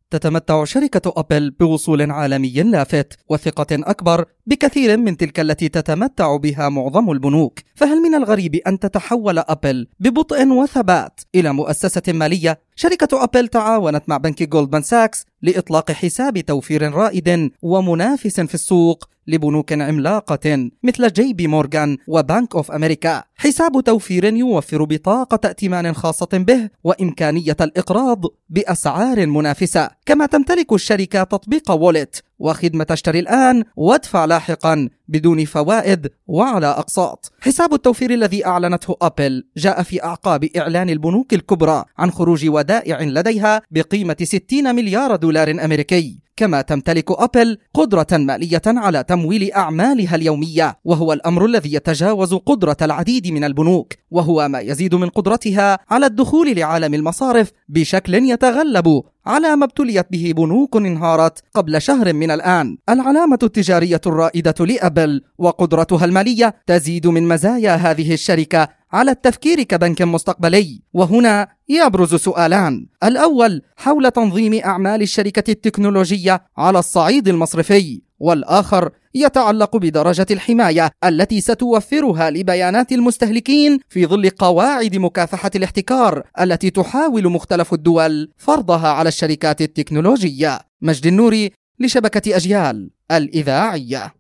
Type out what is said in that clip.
تتمتع شركة أبل بوصول عالمي لافت وثقة أكبر بكثير من تلك التي تتمتع بها معظم البنوك، فهل من الغريب أن تتحول أبل ببطء وثبات إلى مؤسسة مالية؟ شركة أبل تعاونت مع بنك جولدمان ساكس لإطلاق حساب توفير رائد ومنافس في السوق لبنوك عملاقة مثل جي بي مورغان وبنك أوف أمريكا. حساب توفير يوفر بطاقة ائتمان خاصة به وإمكانية الإقراض بأسعار منافسة، كما تمتلك الشركة تطبيق وولت وخدمة اشتري الآن وادفع لاحقا بدون فوائد وعلى أقساط. حساب التوفير الذي أعلنته أبل جاء في أعقاب إعلان البنوك الكبرى عن خروج ودائع لديها بقيمة 60 مليار دولار أمريكي. كما تمتلك أبل قدرة مالية على تمويل أعمالها اليومية، وهو الأمر الذي يتجاوز قدرة العديد من البنوك، وهو ما يزيد من قدرتها على الدخول لعالم المصارف بشكل يتغلب على ما ابتليت به بنوك انهارت قبل شهر من الآن. العلامة التجارية الرائدة لأبل وقدرتها المالية تزيد من مزايا هذه الشركة على التفكير كبنك مستقبلي، وهنا يبرز سؤالان: الأول حول تنظيم أعمال الشركة التكنولوجية على الصعيد المصرفي، والآخر يتعلق بدرجة الحماية التي ستوفرها لبيانات المستهلكين في ظل قواعد مكافحة الاحتكار التي تحاول مختلف الدول فرضها على الشركات التكنولوجية. مجد النوري لشبكة أجيال الإذاعية.